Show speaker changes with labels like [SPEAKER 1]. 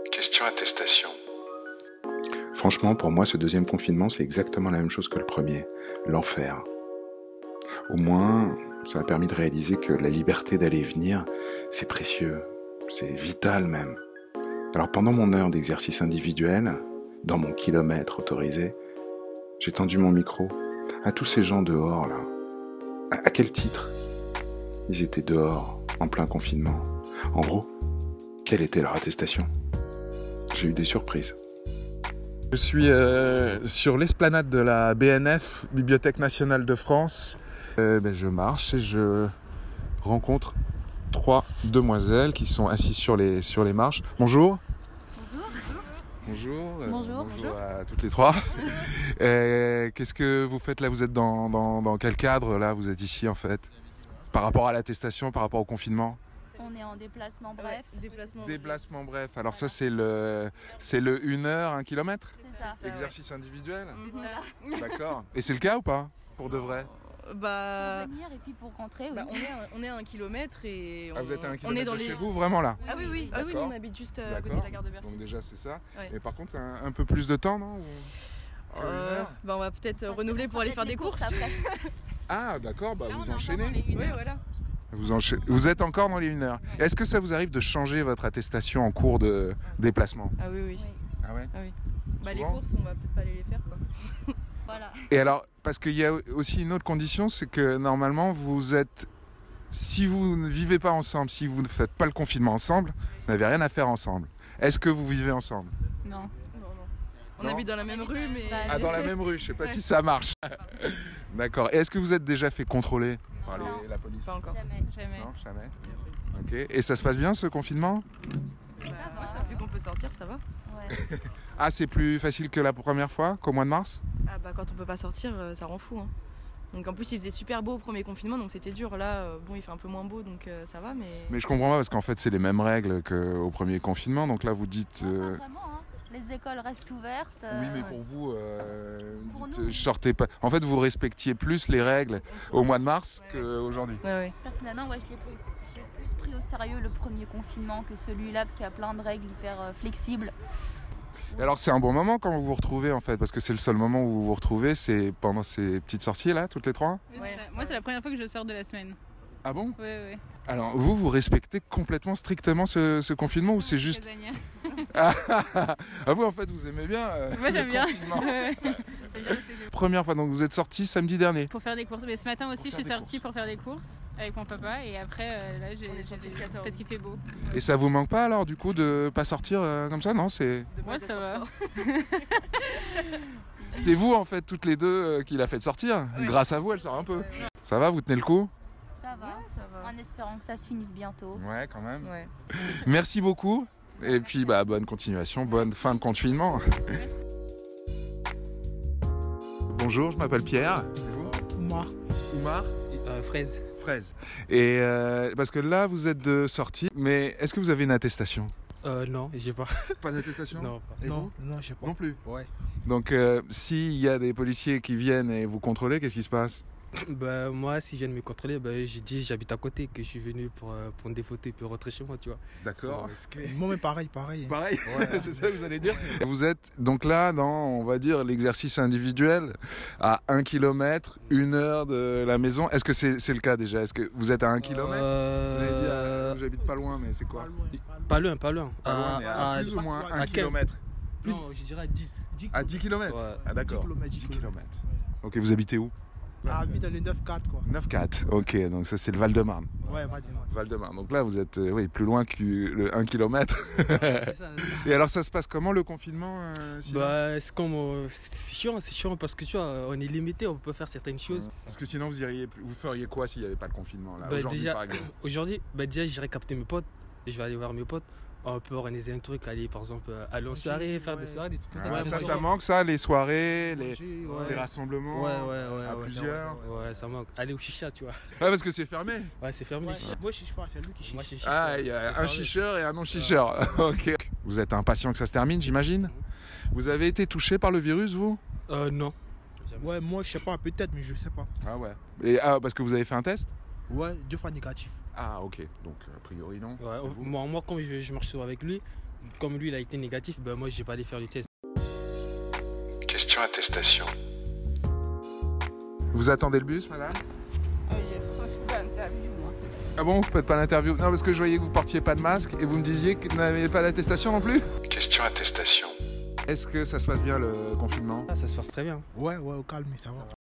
[SPEAKER 1] Question attestation.
[SPEAKER 2] Franchement, pour moi, ce deuxième confinement, c'est exactement la même chose que le premier. L'enfer. Au moins, ça m'a permis de réaliser que la liberté d'aller et venir, c'est précieux. C'est vital même. Alors pendant mon heure d'exercice individuel, dans mon kilomètre autorisé, j'ai tendu mon micro à tous ces gens dehors là. À quel titre ils étaient dehors, en plein confinement? En gros, quelle était leur attestation? J'ai eu des surprises.
[SPEAKER 3] Je suis sur l'esplanade de la BNF, Bibliothèque nationale de France. Je marche et je rencontre 3 demoiselles qui sont assises sur les marches. Bonjour. Bonjour. Bonjour à toutes les 3. Qu'est-ce que vous faites là? Vous êtes dans quel cadre là? Vous êtes ici en fait? Par rapport à l'attestation, par rapport au confinement?
[SPEAKER 4] On est en déplacement bref.
[SPEAKER 3] Déplacement bref. Alors voilà. Ça c'est le 1 heure, 1 kilomètre?
[SPEAKER 4] C'est ça.
[SPEAKER 3] Exercice individuel?
[SPEAKER 4] Voilà.
[SPEAKER 3] D'accord. Et c'est le cas ou pas? Pour de vrai?
[SPEAKER 4] Pour venir et puis pour rentrer, oui.
[SPEAKER 5] On est à 1 kilomètre et
[SPEAKER 3] vous êtes à 1
[SPEAKER 5] on est
[SPEAKER 3] kilomètre
[SPEAKER 5] dans
[SPEAKER 3] de
[SPEAKER 5] les...
[SPEAKER 3] chez vous, vraiment là?
[SPEAKER 5] Ah oui, nous, on habite juste à côté de la gare de Bercy.
[SPEAKER 3] Donc déjà c'est ça.
[SPEAKER 5] Ouais.
[SPEAKER 3] Et par contre un peu plus de temps, non?
[SPEAKER 5] On va peut-être renouveler pour aller faire des courses.
[SPEAKER 4] Après.
[SPEAKER 3] Ah d'accord,
[SPEAKER 5] Là,
[SPEAKER 3] vous
[SPEAKER 5] on est
[SPEAKER 3] enchaînez.
[SPEAKER 5] encore dans les 1 heure. Oui, voilà.
[SPEAKER 3] Vous êtes encore dans les 1 heure.
[SPEAKER 5] Ouais.
[SPEAKER 3] Est-ce que ça vous arrive de changer votre attestation en cours de déplacement?
[SPEAKER 5] Ah oui.
[SPEAKER 3] Ah ouais?
[SPEAKER 5] Ah oui. Les
[SPEAKER 3] Souvent
[SPEAKER 5] courses, on va peut-être pas aller les faire quoi.
[SPEAKER 4] Voilà.
[SPEAKER 3] Et alors, parce qu'il y a aussi une autre condition, c'est que normalement si vous ne vivez pas ensemble, si vous ne faites pas le confinement ensemble, vous n'avez rien à faire ensemble. Est-ce que vous vivez ensemble?
[SPEAKER 4] Non.
[SPEAKER 5] On
[SPEAKER 3] Non.
[SPEAKER 5] habite dans la même rue, mais...
[SPEAKER 3] Ah, dans la même rue, je sais pas si ça marche. D'accord. Et est-ce que vous êtes déjà fait contrôler par
[SPEAKER 4] Non.
[SPEAKER 3] la police?
[SPEAKER 5] Pas encore.
[SPEAKER 4] Jamais.
[SPEAKER 3] Non, jamais. Ok. Et ça se passe bien ce confinement?
[SPEAKER 4] Ça va.
[SPEAKER 5] Vu qu'on peut sortir, ça va.
[SPEAKER 4] Ouais.
[SPEAKER 3] Ah, c'est plus facile que la première fois, qu'au mois de mars?
[SPEAKER 5] Ah bah quand on peut pas sortir, ça rend fou. Hein. Donc en plus il faisait super beau au premier confinement, donc c'était dur. Là, il fait un peu moins beau, donc ça va, mais...
[SPEAKER 3] Mais je comprends pas parce qu'en fait c'est les mêmes règles qu'au premier confinement. Donc là vous dites...
[SPEAKER 4] Non, pas vraiment, hein. Les écoles restent ouvertes.
[SPEAKER 3] Oui, mais pour vous,
[SPEAKER 4] Pour
[SPEAKER 3] dites,
[SPEAKER 4] nous.
[SPEAKER 3] sortez pas. En fait, vous respectiez plus les règles au mois de mars qu'aujourd'hui.
[SPEAKER 5] Ouais.
[SPEAKER 4] Personnellement, je l'ai plus pris au sérieux le premier confinement que celui-là, parce qu'il y a plein de règles hyper flexibles.
[SPEAKER 3] Et alors, c'est un bon moment quand vous vous retrouvez en fait, parce que c'est le seul moment où vous vous retrouvez, c'est pendant ces petites sorties là, toutes les 3.
[SPEAKER 5] Ouais.
[SPEAKER 6] Moi, c'est la première fois que je sors de la semaine.
[SPEAKER 3] Ah bon?
[SPEAKER 6] Oui.
[SPEAKER 3] Alors, vous respectez complètement strictement ce confinement ou c'est juste...
[SPEAKER 6] Casanière.
[SPEAKER 3] Ah vous en fait, vous aimez bien
[SPEAKER 6] Moi, j'aime
[SPEAKER 3] le
[SPEAKER 6] bien.
[SPEAKER 3] confinement.
[SPEAKER 6] Ouais. J'aime bien rester
[SPEAKER 3] Première fois, donc vous êtes sorti samedi dernier.
[SPEAKER 6] pour faire des courses. Mais ce matin aussi,
[SPEAKER 3] Pour
[SPEAKER 6] je
[SPEAKER 3] faire
[SPEAKER 6] suis
[SPEAKER 3] des
[SPEAKER 6] sortie pour faire des courses avec mon papa. Et après, là,
[SPEAKER 5] On est sorti le 14.
[SPEAKER 6] parce qu'il fait beau.
[SPEAKER 3] Et ça vous manque pas alors du coup de pas sortir comme ça? Non,
[SPEAKER 6] Moi, ça va.
[SPEAKER 3] c'est vous en fait toutes les deux qui l'a fait sortir.
[SPEAKER 5] Ouais.
[SPEAKER 3] Grâce à vous, elle sort un peu. Ça va, vous tenez le coup?
[SPEAKER 4] Ça va.
[SPEAKER 5] Ça va.
[SPEAKER 4] En espérant que ça se finisse bientôt.
[SPEAKER 3] Ouais, quand même.
[SPEAKER 5] Ouais.
[SPEAKER 3] Merci beaucoup. Et puis bonne continuation, bonne fin de confinement. Bonjour, je m'appelle Pierre. Et vous? Oumar.
[SPEAKER 7] Fraise.
[SPEAKER 3] Fraise. Et parce que là, vous êtes de sortie, mais est-ce que vous avez une attestation?
[SPEAKER 7] Non, j'ai pas.
[SPEAKER 3] Pas d'attestation?
[SPEAKER 7] Non, pas.
[SPEAKER 3] Et vous?
[SPEAKER 7] Non, j'ai pas.
[SPEAKER 3] Non plus.
[SPEAKER 7] Ouais.
[SPEAKER 3] Donc, s'il y a des policiers qui viennent et vous contrôlez, qu'est-ce qui se passe?
[SPEAKER 7] Bah, moi, si je viens de me contrôler, j'ai dit j'habite à côté, que je suis venu pour prendre des photos et puis rentrer chez moi, tu vois.
[SPEAKER 3] D'accord.
[SPEAKER 8] Moi, mais pareil.
[SPEAKER 3] Pareil,
[SPEAKER 8] Ouais.
[SPEAKER 3] c'est ça que vous allez dire. Vous êtes donc là dans, on va dire, l'exercice individuel à 1 km, 1 heure de la maison. Est-ce que c'est le cas déjà? Est-ce que vous êtes à 1 km? Vous avez dit, j'habite pas loin, mais c'est quoi?
[SPEAKER 7] Pas loin.
[SPEAKER 3] Pas loin, mais à plus ou moins 1
[SPEAKER 7] à 15.
[SPEAKER 3] km.
[SPEAKER 7] Non, je dirais à 10.
[SPEAKER 3] À 10 km?
[SPEAKER 7] Ouais.
[SPEAKER 3] Ah d'accord.
[SPEAKER 8] 10
[SPEAKER 3] km. Ok, vous habitez où?
[SPEAKER 8] Ah, vite dans les 9-4 quoi.
[SPEAKER 3] 9-4, ok, donc ça c'est le Val-de-Marne.
[SPEAKER 8] Ouais, Val-de-Marne.
[SPEAKER 3] Val-de-Marne. Donc là vous êtes plus loin que le 1 km.
[SPEAKER 7] C'est ça.
[SPEAKER 3] Et alors ça se passe comment le confinement sinon?
[SPEAKER 7] C'est comme. C'est chiant parce que tu vois, on est limité, on peut faire certaines choses.
[SPEAKER 3] Parce que sinon vous feriez quoi s'il n'y avait pas le confinement là,
[SPEAKER 7] Bah,
[SPEAKER 3] aujourd'hui
[SPEAKER 7] déjà-
[SPEAKER 3] par exemple?
[SPEAKER 7] Aujourd'hui, déjà, j'irai capter mes potes. Je vais aller voir mes potes. On peut organiser un truc, aller par exemple aller en soirée, faire des soirées, des trucs comme
[SPEAKER 3] Ah,
[SPEAKER 7] ça.
[SPEAKER 3] ça manque ça, les soirées, les
[SPEAKER 8] Ouais.
[SPEAKER 3] rassemblements
[SPEAKER 8] Ouais.
[SPEAKER 3] à plusieurs.
[SPEAKER 7] Ouais, ça manque. Aller au chicha, tu vois.
[SPEAKER 3] Ah parce que c'est fermé.
[SPEAKER 7] Ouais, c'est fermé.
[SPEAKER 8] Ouais, moi, je sais pas, c'est lui qui
[SPEAKER 7] Moi,
[SPEAKER 8] chiche.
[SPEAKER 7] c'est
[SPEAKER 3] Ah, il y a
[SPEAKER 7] c'est
[SPEAKER 3] un
[SPEAKER 7] fermé.
[SPEAKER 3] chicheur et un non-chicheur. Ok. Vous êtes impatient que ça se termine, j'imagine? Vous avez été touché par le virus, vous?
[SPEAKER 7] Non.
[SPEAKER 8] Ouais, moi, je sais pas, peut-être, mais je sais pas.
[SPEAKER 3] Ah ouais. Et parce que vous avez fait un test?
[SPEAKER 8] Ouais, 2 fois négatif.
[SPEAKER 3] Ah ok. Donc a priori non.
[SPEAKER 7] Ouais,
[SPEAKER 3] Et vous?
[SPEAKER 7] moi, comme je marche souvent avec lui, comme lui, il a été négatif, ben moi, j'ai pas allé faire le test.
[SPEAKER 2] Question attestation.
[SPEAKER 3] Vous attendez le bus, madame?
[SPEAKER 1] Ah, je fais pas l'interview, moi.
[SPEAKER 3] Ah bon, vous faites pas l'interview? Non, parce que je voyais que vous portiez pas de masque et vous me disiez que vous n'avez pas d'attestation non plus?
[SPEAKER 2] Question attestation.
[SPEAKER 3] Est-ce que ça se passe bien le confinement?
[SPEAKER 7] Ah, ça se passe très bien.
[SPEAKER 8] Ouais, au calme, ça va.